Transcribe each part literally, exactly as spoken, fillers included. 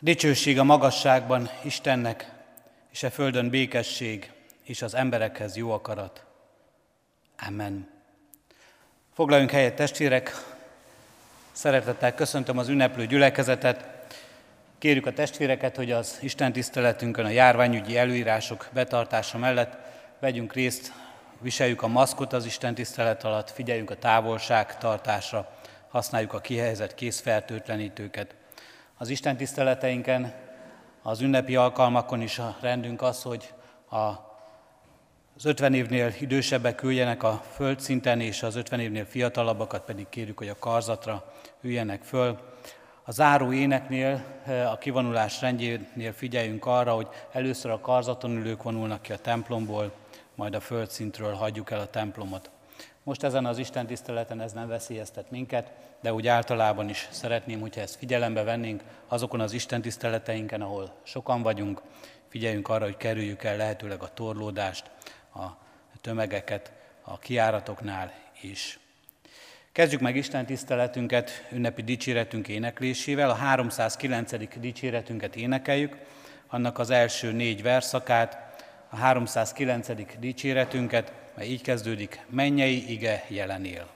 Dicsőség a magasságban Istennek, és a földön békesség, és az emberekhez jó akarat. Amen. Foglaljunk helyet, testvérek! Szeretettel köszöntöm az ünneplő gyülekezetet. Kérjük a testvéreket, hogy az Isten tiszteletünkön a járványügyi előírások betartása mellett vegyünk részt, viseljük a maszkot az Isten tisztelet alatt, figyeljünk a távolságtartásra, használjuk a kihelyezett kézfertőtlenítőket. Az Isten tiszteleteinken, az ünnepi alkalmakon is a rendünk az, hogy a, az ötven évnél idősebbek üljenek a földszinten, és az ötven évnél fiatalabbakat pedig kérjük, hogy a karzatra üljenek föl. A záró éneknél, a kivonulás rendjénél figyeljünk arra, hogy először a karzaton ülők vonulnak ki a templomból, majd a földszintről hagyjuk el a templomot. Most ezen az Isten tiszteleten ez nem veszélyeztet minket, de úgy általában is szeretném, hogyha ezt figyelembe vennénk azokon az Isten tiszteleteinken, ahol sokan vagyunk, figyeljünk arra, hogy kerüljük el lehetőleg a torlódást, a tömegeket a kijáratoknál is. Kezdjük meg Isten tiszteletünket ünnepi dicséretünk éneklésével. A háromszázkilencedik dicséretünket énekeljük, annak az első négy verszakát, a háromszázkilencedik dicséretünket, mely így kezdődik: mennyei ige jelen él.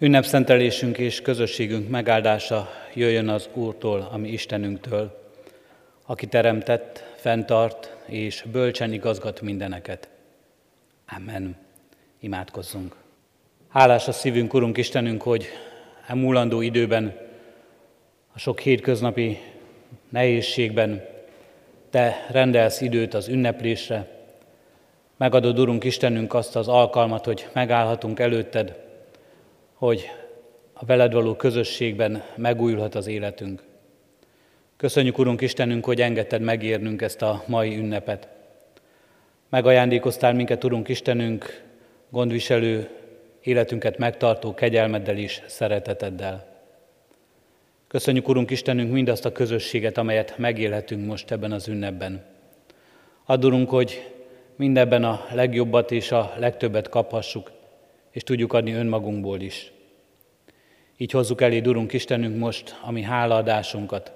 Ünnepszentelésünk és közösségünk megáldása jöjjön az Úrtól, ami Istenünktől, aki teremtett, fenntart és bölcsen igazgat mindeneket. Amen. Imádkozzunk. Hálás a szívünk, Urunk Istenünk, hogy e múlandó időben, a sok hétköznapi nehézségben Te rendelsz időt az ünneplésre. Megadod, Urunk Istenünk, azt az alkalmat, hogy megállhatunk előtted, hogy a veled való közösségben megújulhat az életünk. Köszönjük, Urunk Istenünk, hogy engedted megérnünk ezt a mai ünnepet. Megajándékoztál minket, Urunk Istenünk, gondviselő, életünket megtartó kegyelmeddel és szereteteddel. Köszönjük, Urunk Istenünk, mindazt a közösséget, amelyet megélhetünk most ebben az ünnepben. Add, Urunk, hogy mindebben a legjobbat és a legtöbbet kaphassuk, és tudjuk adni önmagunkból is. Így hozzuk eléd, Urunk Istenünk, most a mi hálaadásunkat,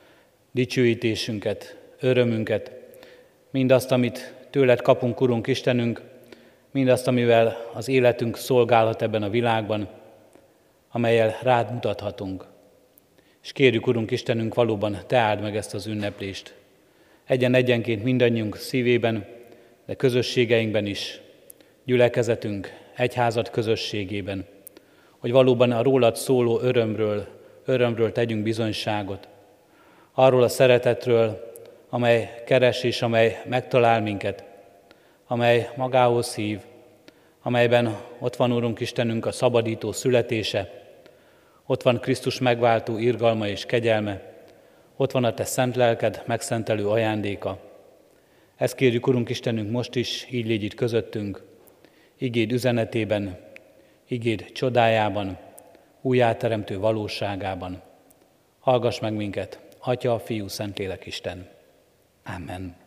dicsőítésünket, örömünket, mindazt, amit tőled kapunk, Urunk Istenünk, mindazt, amivel az életünk szolgálhat ebben a világban, amellyel rád mutathatunk. És kérjük, Urunk Istenünk, valóban Te áld meg ezt az ünneplést. Egyen-egyenként mindannyiunk szívében, de közösségeinkben is, gyülekezetünk, egyházat közösségében, hogy valóban a rólad szóló örömről, örömről tegyünk bizonyságot, arról a szeretetről, amely keres és amely megtalál minket, amely magához hív, amelyben ott van, Urunk Istenünk, a szabadító születése, ott van Krisztus megváltó irgalma és kegyelme, ott van a Te szent lelked megszentelő ajándéka. Ezt kérjük, Urunk Istenünk, most is, így légy itt közöttünk, igéd üzenetében, igéd csodájában, újjáteremtő valóságában. Hallgass meg minket, Atya, Fiú, Szentlélek, Isten. Amen.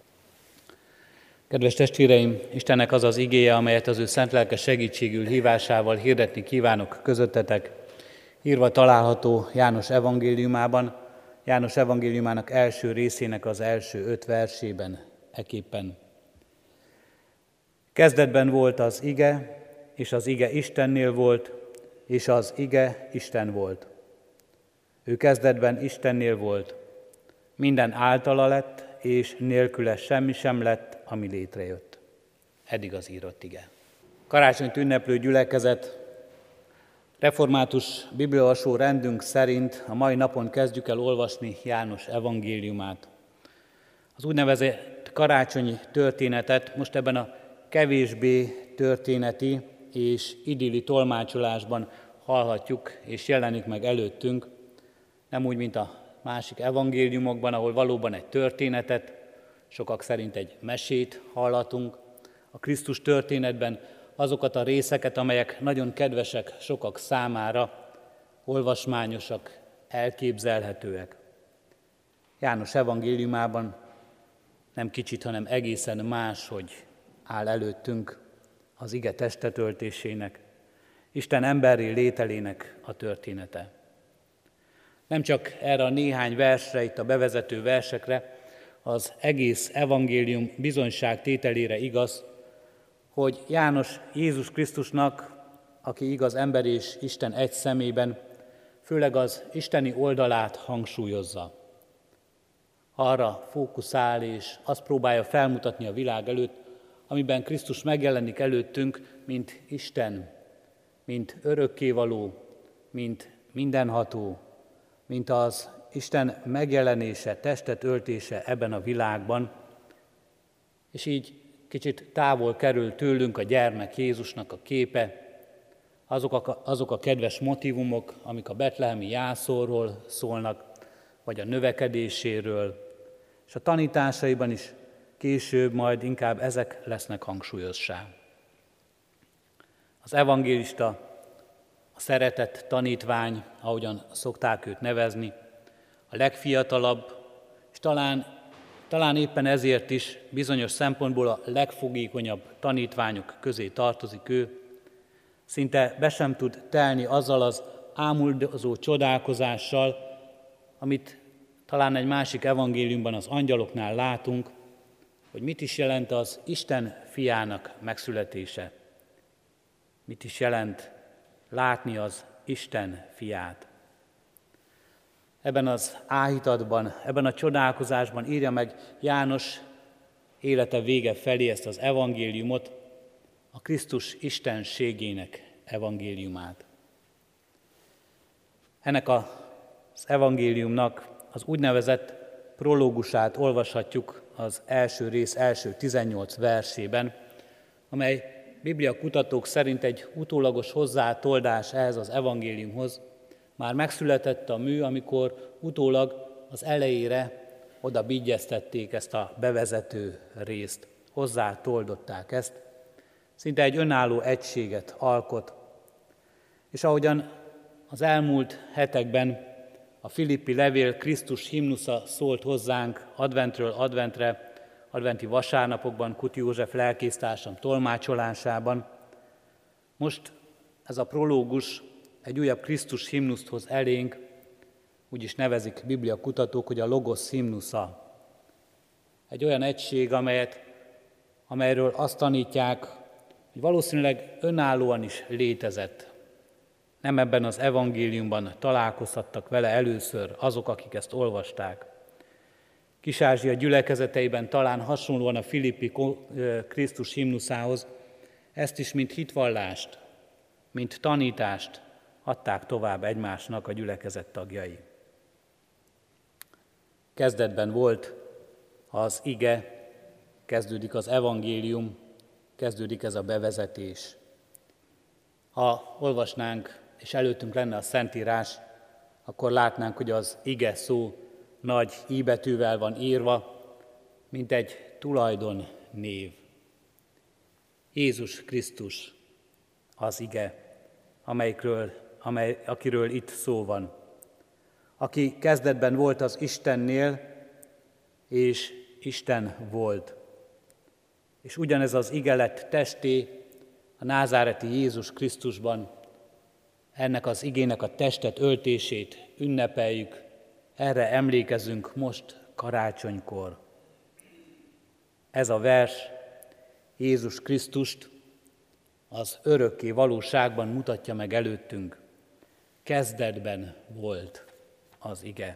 Kedves testvéreim, Istennek az az igéje, amelyet az ő szent lelke segítségül hívásával hirdetni kívánok közöttetek, írva található János evangéliumában, János evangéliumának első részének az első öt versében, eképpen. Kezdetben volt az ige, és az ige Istennél volt, és az ige Isten volt. Ő kezdetben Istennél volt. Minden általa lett, és nélküle semmi sem lett, ami létrejött. Eddig az írott ige. Karácsonyt ünneplő gyülekezet, református bibliaolvasó rendünk szerint a mai napon kezdjük el olvasni János evangéliumát. Az úgynevezett karácsonyi történetet most ebben a kevésbé történeti és idilli tolmácsolásban hallhatjuk, és jelenik meg előttünk, nem úgy, mint a másik evangéliumokban, ahol valóban egy történetet, sokak szerint egy mesét hallatunk. A Krisztus történetben azokat a részeket, amelyek nagyon kedvesek sokak számára, olvasmányosak, elképzelhetőek. János evangéliumában nem kicsit, hanem egészen más, hogy áll előttünk az ige testetöltésének, Isten emberi lételének a története. Nem csak erre a néhány versre, itt a bevezető versekre, az egész evangélium bizonyságtételére igaz, hogy János Jézus Krisztusnak, aki igaz ember és Isten egy szemében, főleg az isteni oldalát hangsúlyozza. Arra fókuszál és azt próbálja felmutatni a világ előtt, amiben Krisztus megjelenik előttünk, mint Isten, mint örökkévaló, mint mindenható, mint az Isten megjelenése, testet öltése ebben a világban, és így kicsit távol kerül tőlünk a gyermek Jézusnak a képe, azok a, azok a kedves motívumok, amik a betlehemi jászolról szólnak, vagy a növekedéséről, és a tanításaiban is később majd inkább ezek lesznek hangsúlyossá. Az evangélista, a szeretett tanítvány, ahogyan szokták őt nevezni, a legfiatalabb, és talán, talán éppen ezért is bizonyos szempontból a legfogékonyabb tanítványok közé tartozik ő, szinte be sem tud telni azzal az ámuldozó csodálkozással, amit talán egy másik evangéliumban az angyaloknál látunk, hogy mit is jelent az Isten fiának megszületése. Mit is jelent látni az Isten fiát. Ebben az áhítatban, ebben a csodálkozásban írja meg János élete vége felé ezt az evangéliumot, a Krisztus istenségének evangéliumát. Ennek az evangéliumnak az úgynevezett prológusát olvashatjuk az első rész első tizennyolc versében, amely Biblia kutatók szerint egy utólagos hozzátoldás ehhez az evangéliumhoz. Már megszületett a mű, amikor utólag az elejére oda bigyeztették ezt a bevezető részt, hozzátoldották ezt, szinte egy önálló egységet alkot. És ahogyan az elmúlt hetekben a Filippi levél Krisztus himnusza szólt hozzánk adventről adventre, adventi vasárnapokban, Kuti József lelkésztársam tolmácsolásában, most ez a prológus egy újabb Krisztus himnuszt hoz elénk, úgy is nevezik Biblia kutatók, hogy a Logos himnusza. Egy olyan egység, amelyet, amelyről azt tanítják, hogy valószínűleg önállóan is létezett. Nem ebben az evangéliumban találkozhattak vele először azok, akik ezt olvasták. Kis-Ázsia gyülekezeteiben talán hasonlóan a Filippi Krisztus himnuszához ezt is mint hitvallást, mint tanítást adták tovább egymásnak a gyülekezet tagjai. Kezdetben volt az ige, kezdődik az evangélium, kezdődik ez a bevezetés. Ha olvasnánk, és előttünk lenne a Szentírás, akkor látnánk, hogy az ige szó nagy i betűvel van írva, mint egy tulajdonnév. Jézus Krisztus az ige, amelyikről, amely, akiről itt szó van. Aki kezdetben volt az Istennél, és Isten volt. És ugyanez az ige lett testé a názáreti Jézus Krisztusban. Ennek az igének a testet öltését ünnepeljük, erre emlékezünk most karácsonykor. Ez a vers Jézus Krisztust az örökké valóságban mutatja meg előttünk. Kezdetben volt az ige.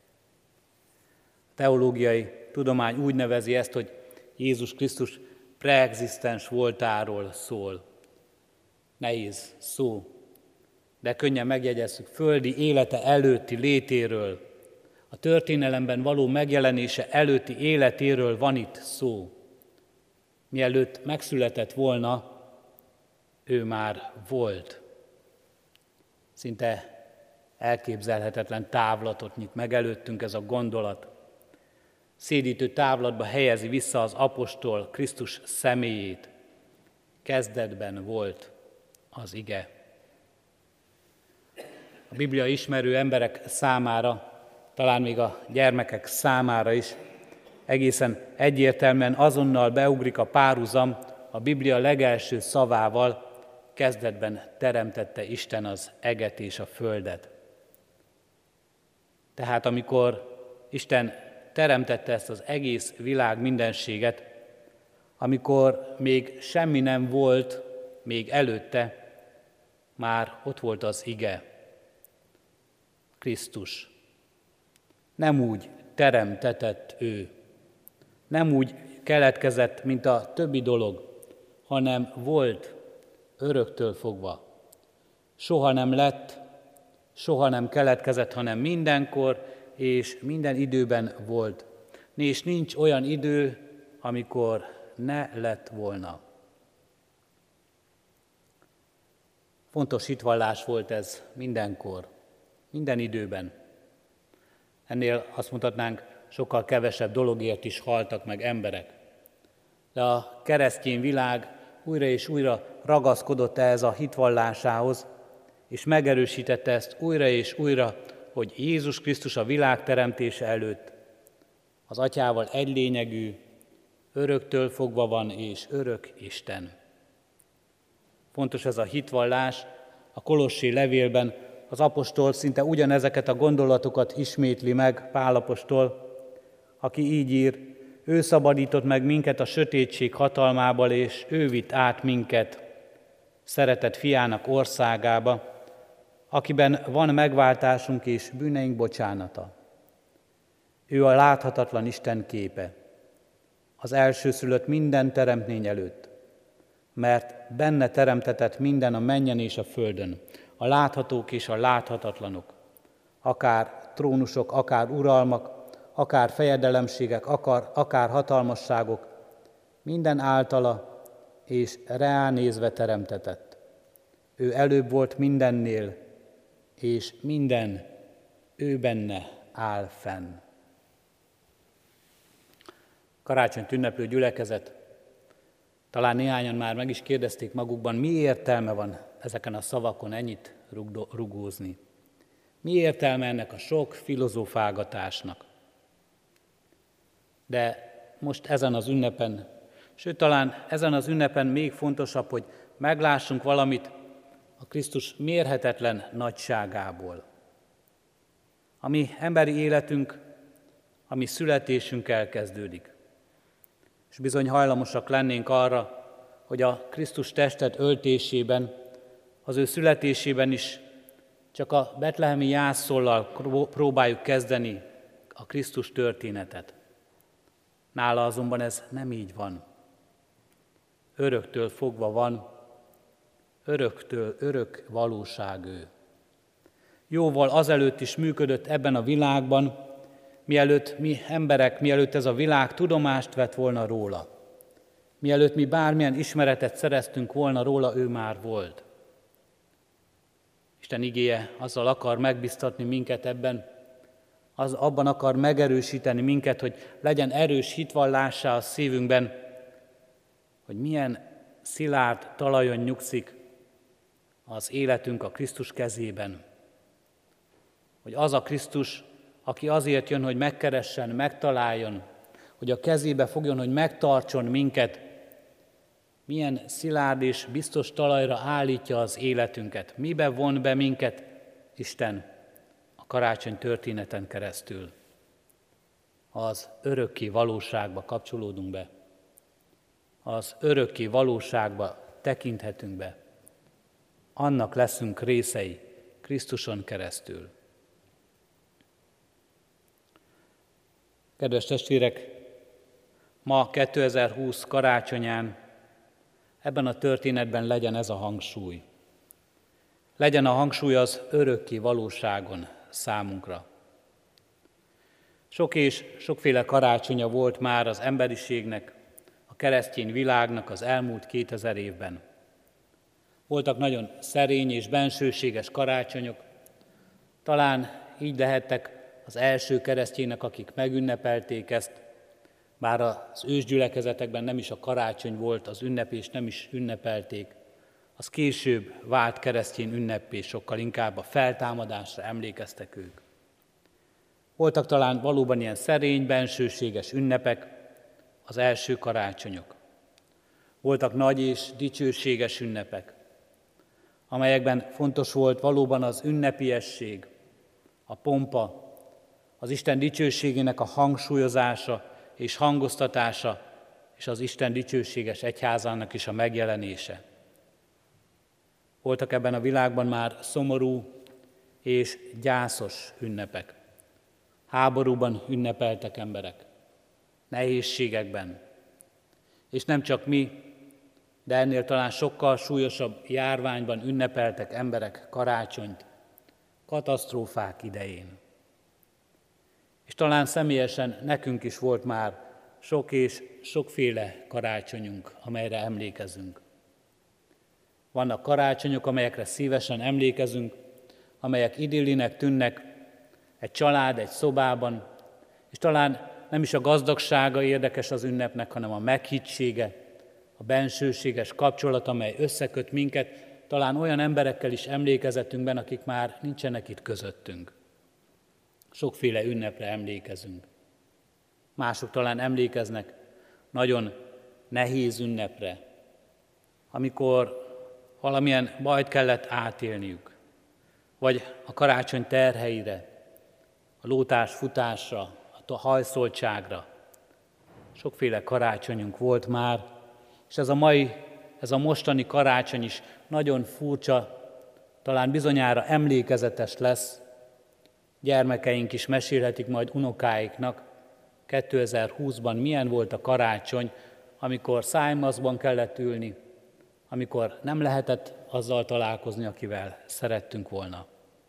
A teológiai tudomány úgy nevezi ezt, hogy Jézus Krisztus preexisztens voltáról szól. Nehéz szó, de könnyen megjegyezzük, földi élete előtti létéről, a történelemben való megjelenése előtti életéről van itt szó. Mielőtt megszületett volna, ő már volt. Szinte elképzelhetetlen távlatot nyit meg előttünk ez a gondolat. Szédítő távlatba helyezi vissza az apostol Krisztus személyét. Kezdetben volt az ige. A Biblia ismerő emberek számára, talán még a gyermekek számára is egészen egyértelműen azonnal beugrik a párhuzam a Biblia legelső szavával, kezdetben teremtette Isten az eget és a földet. Tehát amikor Isten teremtette ezt az egész világ mindenséget, amikor még semmi nem volt, még előtte, már ott volt az ige, Krisztus. Nem úgy teremtetett ő, nem úgy keletkezett, mint a többi dolog, hanem volt öröktől fogva. Soha nem lett, soha nem keletkezett, hanem mindenkor és minden időben volt. És nincs olyan idő, amikor ne lett volna. Fontos hitvallás volt ez mindenkor, minden időben. Ennél azt mutatnánk, sokkal kevesebb dologért is haltak meg emberek. De a keresztény világ újra és újra ragaszkodott ehhez a hitvallásához, és megerősítette ezt újra és újra, hogy Jézus Krisztus a világ teremtése előtt az Atyával egy lényegű, öröktől fogva van és örök Isten. Fontos ez a hitvallás, a Kolossi levélben az apostol szinte ugyanezeket a gondolatokat ismétli meg, Pál apostol, aki így ír: ő szabadított meg minket a sötétség hatalmából, és ő vitt át minket szeretett fiának országába, akiben van megváltásunk és bűneink bocsánata. Ő a láthatatlan Isten képe, az elsőszülött minden teremtmény előtt, mert benne teremtetett minden a mennyen és a földön, a láthatók és a láthatatlanok, akár trónusok, akár uralmak, akár fejedelemségek, akár, akár hatalmasságok, minden általa és reá nézve teremtetett. Ő előbb volt mindennél, és minden ő benne áll fenn. Karácsonyt ünneplő gyülekezet, talán néhányan már meg is kérdezték magukban, mi értelme van ezeken a szavakon ennyit rugózni. Mi értelme ennek a sok filozófálgatásnak? De most ezen az ünnepen, sőt talán ezen az ünnepen még fontosabb, hogy meglássunk valamit a Krisztus mérhetetlen nagyságából. A mi emberi életünk, a mi születésünk elkezdődik. És bizony hajlamosak lennénk arra, hogy a Krisztus testet öltésében, az ő születésében is csak a betlehemi jászszollal próbáljuk kezdeni a Krisztus történetet. Nála azonban ez nem így van. Öröktől fogva van, öröktől örök valóság ő. Jóval azelőtt is működött ebben a világban, mielőtt mi emberek, mielőtt ez a világ tudomást vett volna róla. Mielőtt mi bármilyen ismeretet szereztünk volna róla, ő már volt. Isten igéje azzal akar megbiztatni minket ebben, az abban akar megerősíteni minket, hogy legyen erős hitvallássá a szívünkben, hogy milyen szilárd talajon nyugszik az életünk a Krisztus kezében. Hogy az a Krisztus, aki azért jön, hogy megkeressen, megtaláljon, hogy a kezébe fogjon, hogy megtartson minket, milyen szilárd és biztos talajra állítja az életünket. Mibe von be minket Isten a karácsony történeten keresztül? Az örökké valóságba kapcsolódunk be. Az örökké valóságba tekinthetünk be. Annak leszünk részei Krisztuson keresztül. Kedves testvérek, ma kétezer-húsz karácsonyán ebben a történetben legyen ez a hangsúly. Legyen a hangsúly az örökké valóságon számunkra. Sok és sokféle karácsonya volt már az emberiségnek, a keresztény világnak az elmúlt kétezer évben. Voltak nagyon szerény és bensőséges karácsonyok, talán így lehettek az első keresztjének, akik megünnepelték ezt, bár az ősgyülekezetekben nem is a karácsony volt az ünnep, és nem is ünnepelték, az később vált keresztény ünnepé, sokkal inkább a feltámadásra emlékeztek ők. Voltak talán valóban ilyen szerény, bensőséges ünnepek, az első karácsonyok. Voltak nagy és dicsőséges ünnepek, amelyekben fontos volt valóban az ünnepiesség, a pompa, az Isten dicsőségének a hangsúlyozása és hangoztatása, és az Isten dicsőséges egyházának is a megjelenése. Voltak ebben a világban már szomorú és gyászos ünnepek. Háborúban ünnepeltek emberek, nehézségekben. És nem csak mi, de ennél talán sokkal súlyosabb járványban ünnepeltek emberek karácsonyt, katasztrófák idején. És talán személyesen nekünk is volt már sok és sokféle karácsonyunk, amelyre emlékezünk. Vannak karácsonyok, amelyekre szívesen emlékezünk, amelyek idillinek tűnnek egy család, egy szobában, és talán nem is a gazdagsága érdekes az ünnepnek, hanem a meghittsége, a bensőséges kapcsolat, amely összeköt minket, talán olyan emberekkel is emlékezetünkben, akik már nincsenek itt közöttünk. Sokféle ünnepre emlékezünk. Mások talán emlékeznek nagyon nehéz ünnepre, amikor valamilyen bajt kellett átélniük, vagy a karácsony terheire, a lótás futásra, a hajszoltságra. Sokféle karácsonyunk volt már, és ez a mai, ez a mostani karácsony is nagyon furcsa, talán bizonyára emlékezetes lesz, gyermekeink is mesélhetik majd unokáiknak, kétezer-húszban milyen volt a karácsony, amikor szájmaszkban kellett ülni, amikor nem lehetett azzal találkozni, akivel szerettünk volna.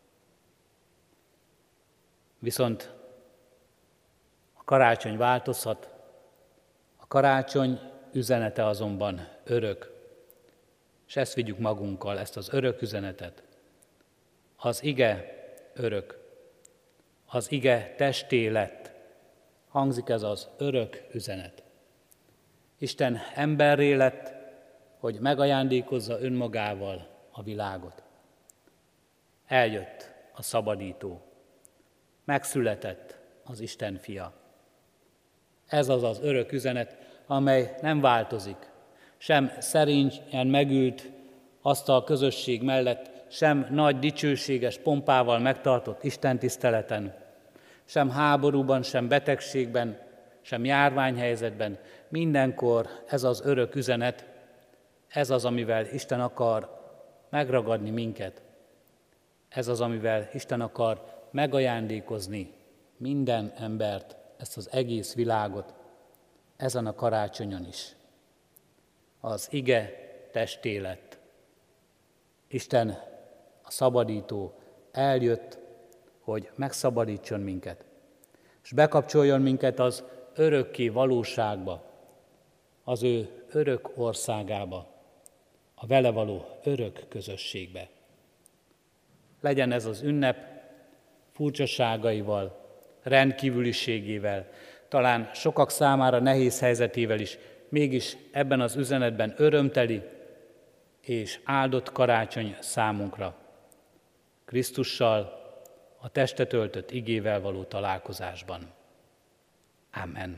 Viszont a karácsony változhat, a karácsony üzenete azonban örök, és ezt vigyük magunkkal, ezt az örök üzenetet. Az ige örök, az ige testé lett, hangzik ez az örök üzenet. Isten emberré lett, hogy megajándékozza önmagával a világot. Eljött a szabadító, megszületett az Isten fia. Ez az az örök üzenet, amely nem változik, sem szerényen megült asztal közösség mellett, sem nagy dicsőséges pompával megtartott istentiszteleten, sem háborúban, sem betegségben, sem járványhelyzetben. Mindenkor ez az örök üzenet, ez az, amivel Isten akar megragadni minket. Ez az, amivel Isten akar megajándékozni minden embert, ezt az egész világot, ezen a karácsonyon is. Az ige testé lett. Isten, a szabadító eljött, hogy megszabadítson minket, és bekapcsoljon minket az örökké valóságba, az ő örök országába, a vele való örök közösségbe. Legyen ez az ünnep furcsaságaival, rendkívüliségével, talán sokak számára nehéz helyzetével is, mégis ebben az üzenetben örömteli és áldott karácsony számunkra. Krisztussal, a testet öltött igével való találkozásban. Amen.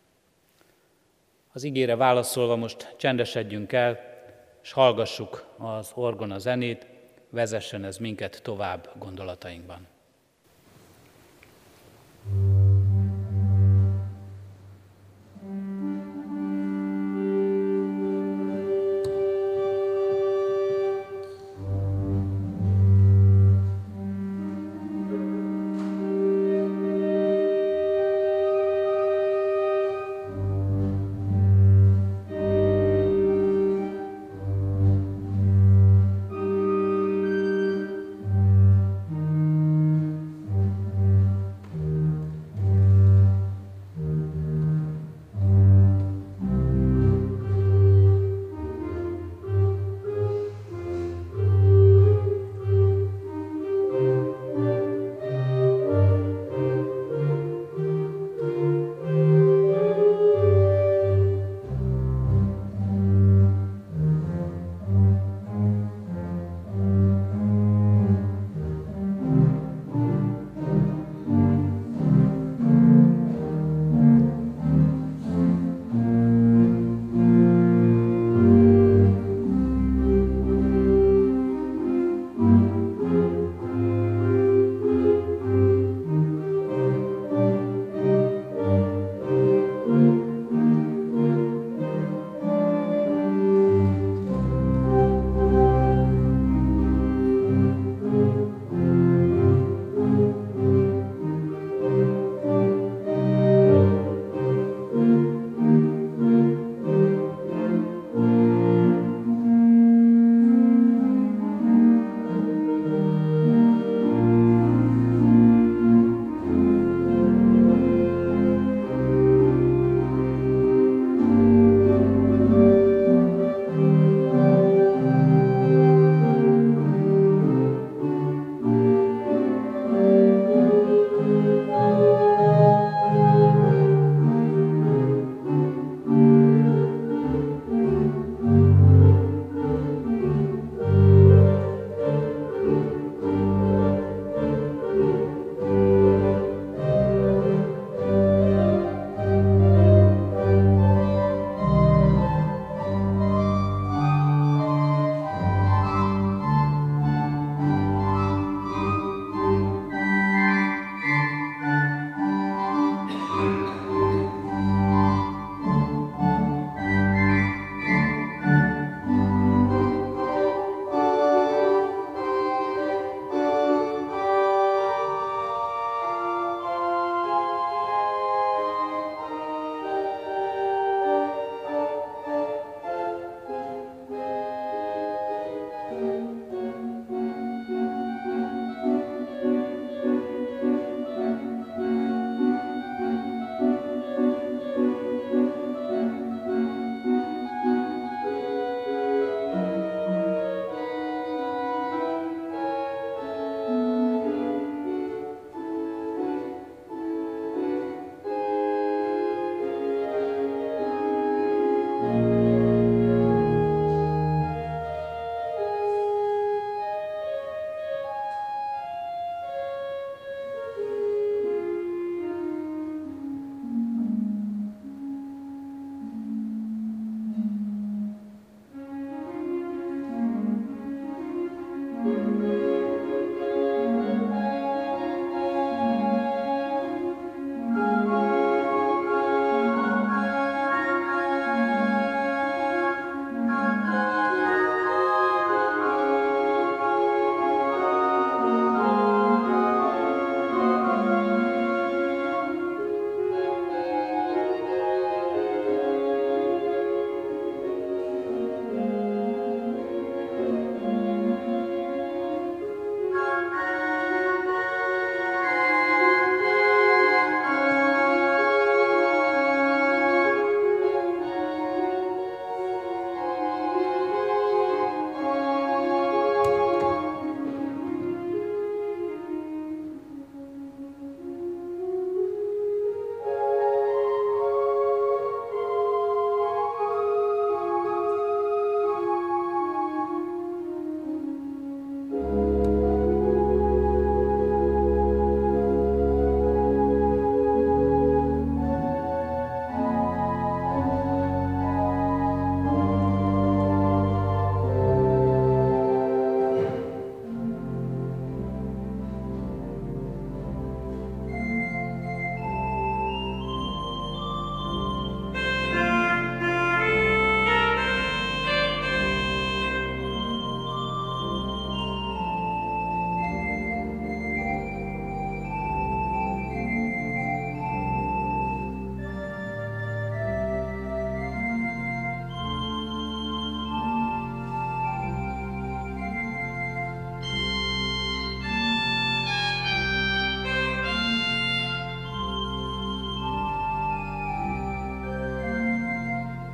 Az igére válaszolva most csendesedjünk el, és hallgassuk az orgona zenét, vezessen ez minket tovább gondolatainkban.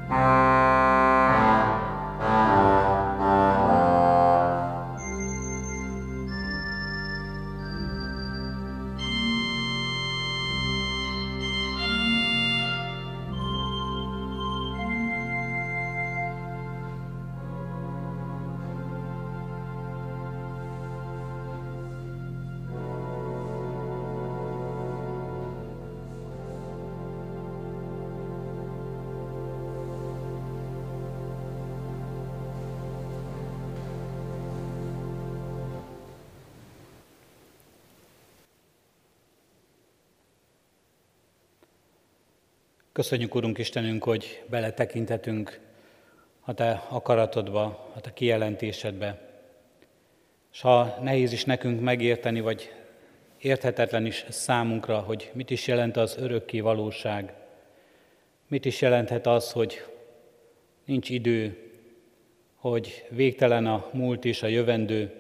Köszönjük, Urunk Istenünk, hogy beletekinthetünk a Te akaratodba, a Te kijelentésedbe. És ha nehéz is nekünk megérteni, vagy érthetetlen is számunkra, hogy mit is jelent az örökké valóság, mit is jelenthet az, hogy nincs idő, hogy végtelen a múlt és a jövendő,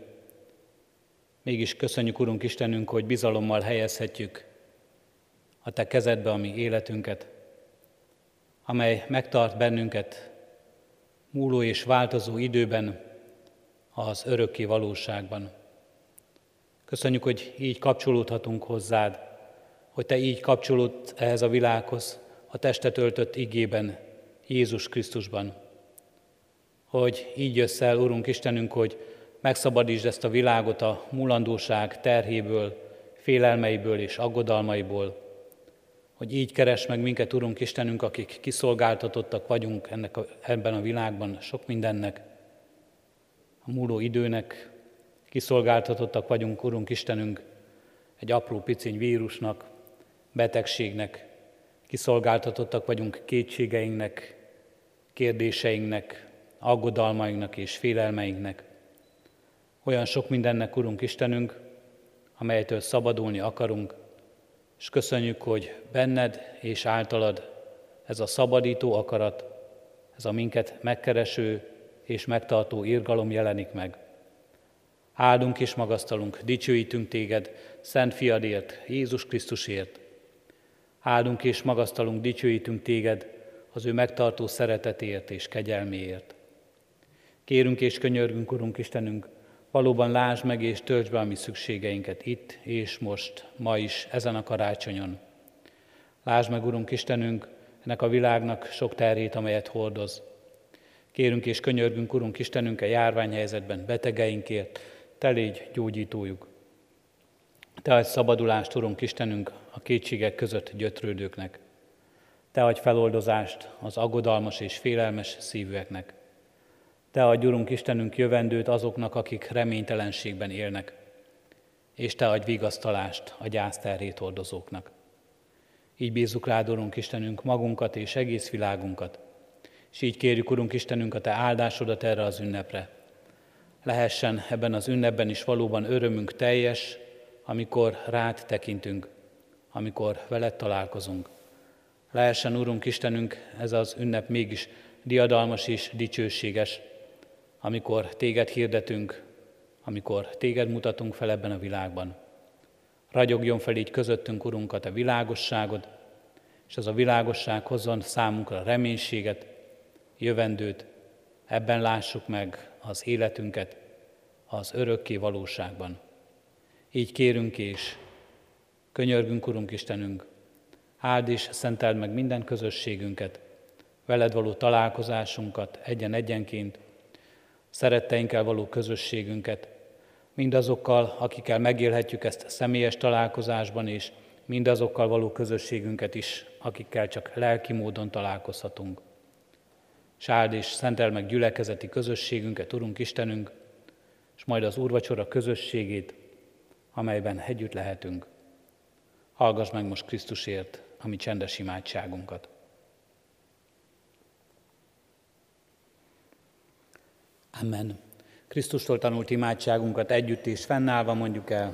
mégis köszönjük, Urunk Istenünk, hogy bizalommal helyezhetjük a Te kezedbe a mi életünket, amely megtart bennünket múló és változó időben, az örökké valóságban. Köszönjük, hogy így kapcsolódhatunk hozzád, hogy Te így kapcsolódsz ehhez a világhoz, a testet öltött igében, Jézus Krisztusban. Hogy így jössz el, Urunk Istenünk, hogy megszabadítsd ezt a világot a mulandóság terhéből, félelmeiből és aggodalmaiból, hogy így keresd meg minket, Urunk Istenünk, akik kiszolgáltatottak vagyunk ennek a, ebben a világban sok mindennek, a múló időnek, kiszolgáltatottak vagyunk, Urunk Istenünk, egy apró piciny vírusnak, betegségnek, kiszolgáltatottak vagyunk kétségeinknek, kérdéseinknek, aggodalmainknak és félelmeinknek. Olyan sok mindennek, Urunk Istenünk, amelytől szabadulni akarunk, és köszönjük, hogy benned és általad ez a szabadító akarat, ez a minket megkereső és megtartó irgalom jelenik meg. Áldunk és magasztalunk, dicsőítünk téged, Szent Fiadért, Jézus Krisztusért. Áldunk és magasztalunk, dicsőítünk téged az ő megtartó szeretetért és kegyelméért. Kérünk és könyörgünk, Urunk Istenünk, valóban lásd meg és töltsd be a mi szükségeinket itt és most, ma is, ezen a karácsonyon. Lásd meg, Urunk Istenünk, ennek a világnak sok terhét, amelyet hordoz. Kérünk és könyörgünk, Urunk Istenünk, a járványhelyzetben betegeinkért, Te légy gyógyítójuk. Te adj szabadulást, Urunk Istenünk, a kétségek között gyötrődőknek. Te adj feloldozást az aggodalmas és félelmes szívűeknek. Te adj, Urunk Istenünk, jövendőt azoknak, akik reménytelenségben élnek, és Te adj vigasztalást a gyászterhét hordozóknak. Így bízzuk rád, Urunk Istenünk, magunkat és egész világunkat, és így kérjük, Urunk Istenünk, a Te áldásodat erre az ünnepre. Lehessen ebben az ünnepben is valóban örömünk teljes, amikor rád tekintünk, amikor veled találkozunk. Lehessen, Urunk Istenünk, ez az ünnep mégis diadalmas és dicsőséges, amikor téged hirdetünk, amikor téged mutatunk fel ebben a világban. Ragyogjon fel így közöttünk, Urunk, a Te világosságod, és az a világosság hozzon számunkra reménységet, jövendőt, ebben lássuk meg az életünket az örökké valóságban. Így kérünk és könyörgünk, Urunk Istenünk, áld és szenteld meg minden közösségünket, veled való találkozásunkat egyen-egyenként, szeretteinkkel való közösségünket, mindazokkal, akikkel megélhetjük ezt személyes találkozásban, és mindazokkal való közösségünket is, akikkel csak lelki módon találkozhatunk. S áld és szenteld meg gyülekezeti közösségünket, Urunk Istenünk, és majd az úrvacsora közösségét, amelyben együtt lehetünk. Hallgass meg most Krisztusért a mi csendes imádságunkat. Amen. Krisztustól tanult imádságunkat együtt és fennállva mondjuk el.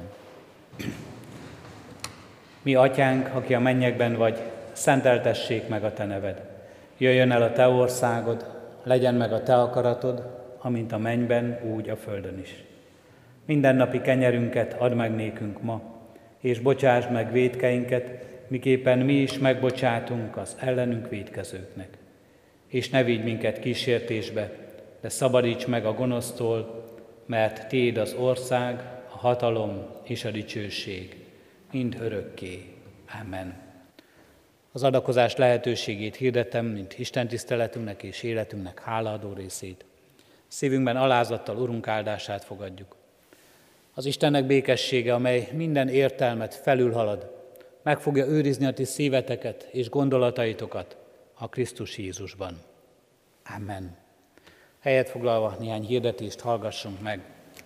Mi atyánk, aki a mennyekben vagy, szenteltessék meg a te neved. Jöjjön el a te országod, legyen meg a te akaratod, amint a mennyben, úgy a földön is. Mindennapi kenyerünket add meg nékünk ma, és bocsásd meg vétkeinket, miképpen mi is megbocsátunk az ellenünk vétkezőknek. És ne vigy minket kísértésbe, de szabadíts meg a gonosztól, mert Tiéd az ország, a hatalom és a dicsőség, mind örökké. Amen. Az adakozás lehetőségét hirdetem, mint Isten tiszteletünknek és életünknek hálaadó részét. Szívünkben alázattal Urunk áldását fogadjuk. Az Istennek békessége, amely minden értelmet felülhalad, meg fogja őrizni a ti szíveteket és gondolataitokat a Krisztus Jézusban. Amen. Helyet foglalva néhány hirdetést hallgassunk meg.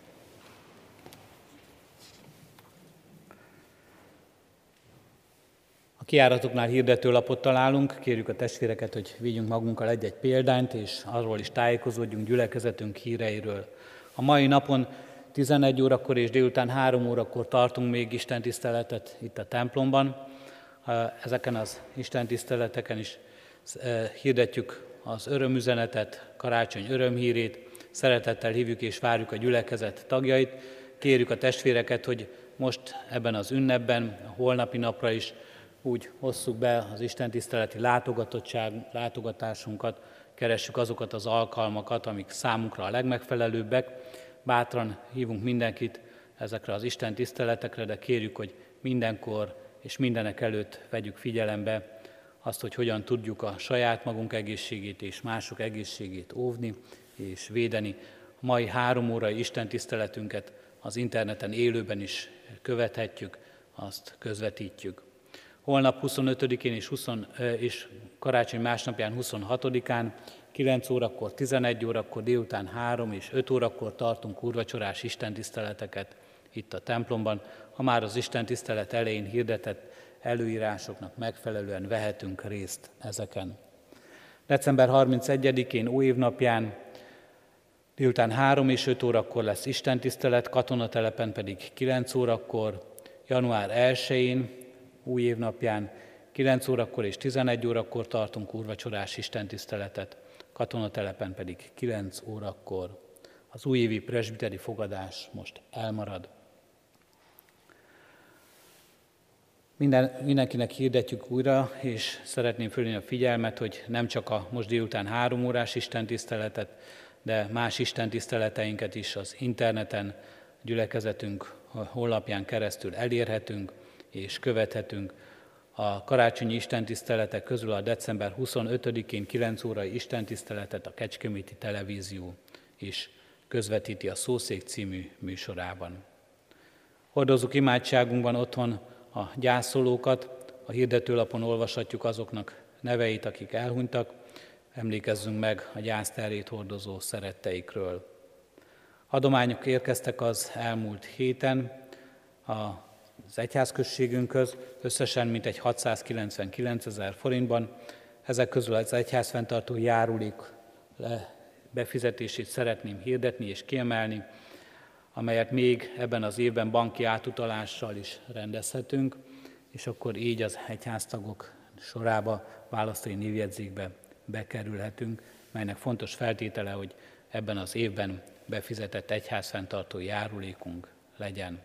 A kijáratoknál hirdetőlapot találunk, kérjük a testvéreket, hogy vigyünk magunkkal egy-egy példányt, és arról is tájékozódjunk gyülekezetünk híreiről. A mai napon tizenegy órakor és délután három órakor tartunk még istentiszteletet itt a templomban. Ezeken az istentiszteleteken is hirdetjük az örömüzenetet, karácsony örömhírét, szeretettel hívjuk és várjuk a gyülekezet tagjait. Kérjük a testvéreket, hogy most ebben az ünnepben, a holnapi napra is úgy hosszuk be az istentiszteleti látogatottság, látogatásunkat, keressük azokat az alkalmakat, amik számunkra a legmegfelelőbbek. Bátran hívunk mindenkit ezekre az istentiszteletekre, de kérjük, hogy mindenkor és mindenek előtt vegyük figyelembe azt, hogy hogyan tudjuk a saját magunk egészségét és mások egészségét óvni és védeni. A mai három órai istentiszteletünket az interneten élőben is követhetjük, azt közvetítjük. Holnap huszonötödikén és, húsz, és karácsony másnapján huszonhatodikán kilenc órakor, tizenegy órakor, délután három és öt órakor tartunk úrvacsorás istentiszteleteket itt a templomban. Ha már az istentisztelet elején hirdetett előírásoknak megfelelően vehetünk részt ezeken. december harmincegyedikén újévnapján délután három és öt órakor lesz istentisztelet, katonatelepen pedig kilenc órakor, január elsején újévnapján kilenc órakor és tizenegy órakor tartunk úrvacsorás istentiszteletet, katonatelepen pedig kilenc órakor. Az újévi presbiteri fogadás most elmarad. Minden, mindenkinek hirdetjük újra, és szeretném fölhívni a figyelmet, hogy nem csak a most délután három órás istentiszteletet, de más istentiszteleteinket is az interneten, gyülekezetünk honlapján keresztül elérhetünk és követhetünk. A karácsonyi istentiszteletek közül a december huszonötödikén kilenc órai istentiszteletet a Kecskeméti Televízió is közvetíti a Szószék című műsorában. Hordozzuk imádságunkban otthon a gyászolókat, a hirdetőlapon olvashatjuk azoknak neveit, akik elhunytak, emlékezzünk meg a gyászterhét hordozó szeretteikről. Adományok érkeztek az elmúlt héten az egyházközségünkhöz, összesen mintegy hatszázkilencvenkilencezer forintban. Ezek közül az egyház fenntartó járulék befizetését szeretném hirdetni és kiemelni, amelyet még ebben az évben banki átutalással is rendezhetünk, és akkor így az egyháztagok sorába, választói névjegyzékbe bekerülhetünk, melynek fontos feltétele, hogy ebben az évben befizetett egyházfenntartó járulékunk legyen.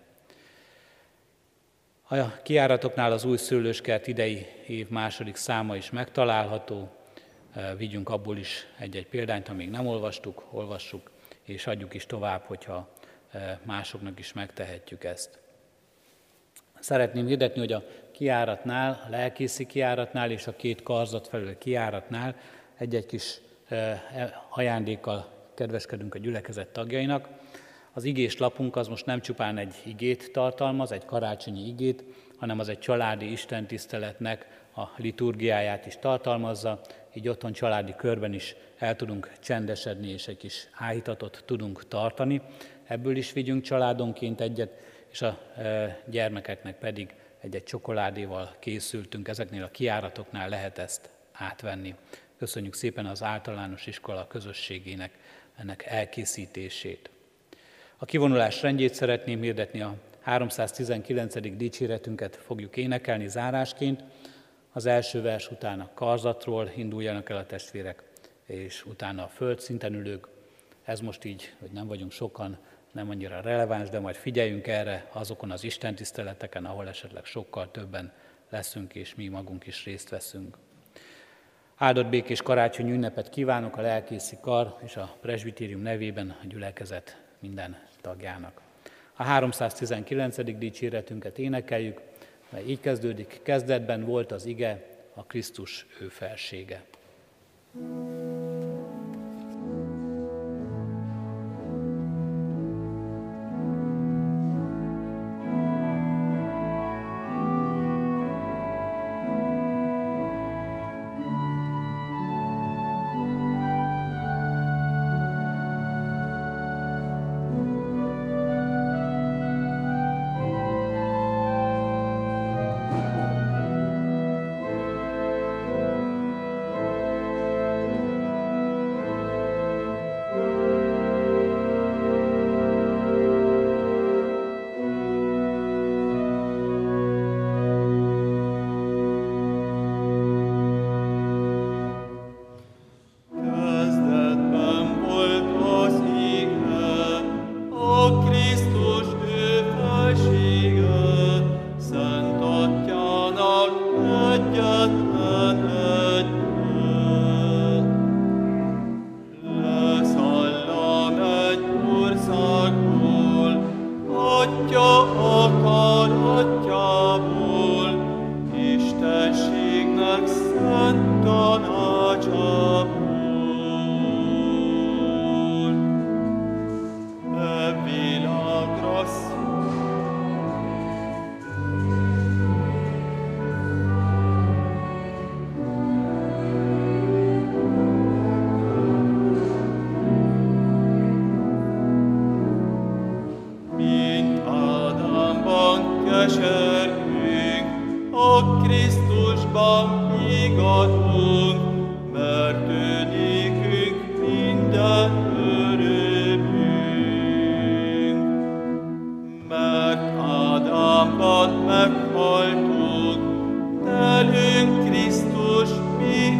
A kijáratoknál az új szőlőskert idei év második száma is megtalálható, vigyünk abból is egy-egy példányt, ha még nem olvastuk, olvassuk, és adjuk is tovább, hogyha másoknak is megtehetjük ezt. Szeretném hirdetni, hogy a kijáratnál, a lelkészi kijáratnál és a két karzat felül kijáratnál egy-egy kis ajándékkal kedveskedünk a gyülekezet tagjainak. Az igés lapunk az most nem csupán egy igét tartalmaz, egy karácsonyi igét, hanem az egy családi istentiszteletnek a liturgiáját is tartalmazza, így otthon családi körben is el tudunk csendesedni, és egy kis áhítatot tudunk tartani. Ebből is vigyünk családonként egyet, és a gyermekeknek pedig egy-egy csokoládéval készültünk. Ezeknél a kijáratoknál lehet ezt átvenni. Köszönjük szépen az általános iskola közösségének ennek elkészítését. A kivonulás rendjét szeretném hirdetni, a háromszáztizenkilencedik dicséretünket fogjuk énekelni zárásként. Az első vers után a karzatról induljanak el a testvérek, és utána a földszinten ülők. Ez most így, hogy nem vagyunk sokan, nem annyira releváns, de majd figyeljünk erre azokon az istentiszteleteken, ahol esetleg sokkal többen leszünk, és mi magunk is részt veszünk. Áldott békés karácsonyi ünnepet kívánok a lelkészi kar és a presbitérium nevében a gyülekezet minden tagjának. A háromszáztizenkilencedik dicséretünket énekeljük, mely így kezdődik: kezdetben volt az ige, a Krisztus ő felsége.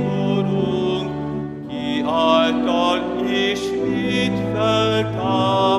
Által ismét feltámad.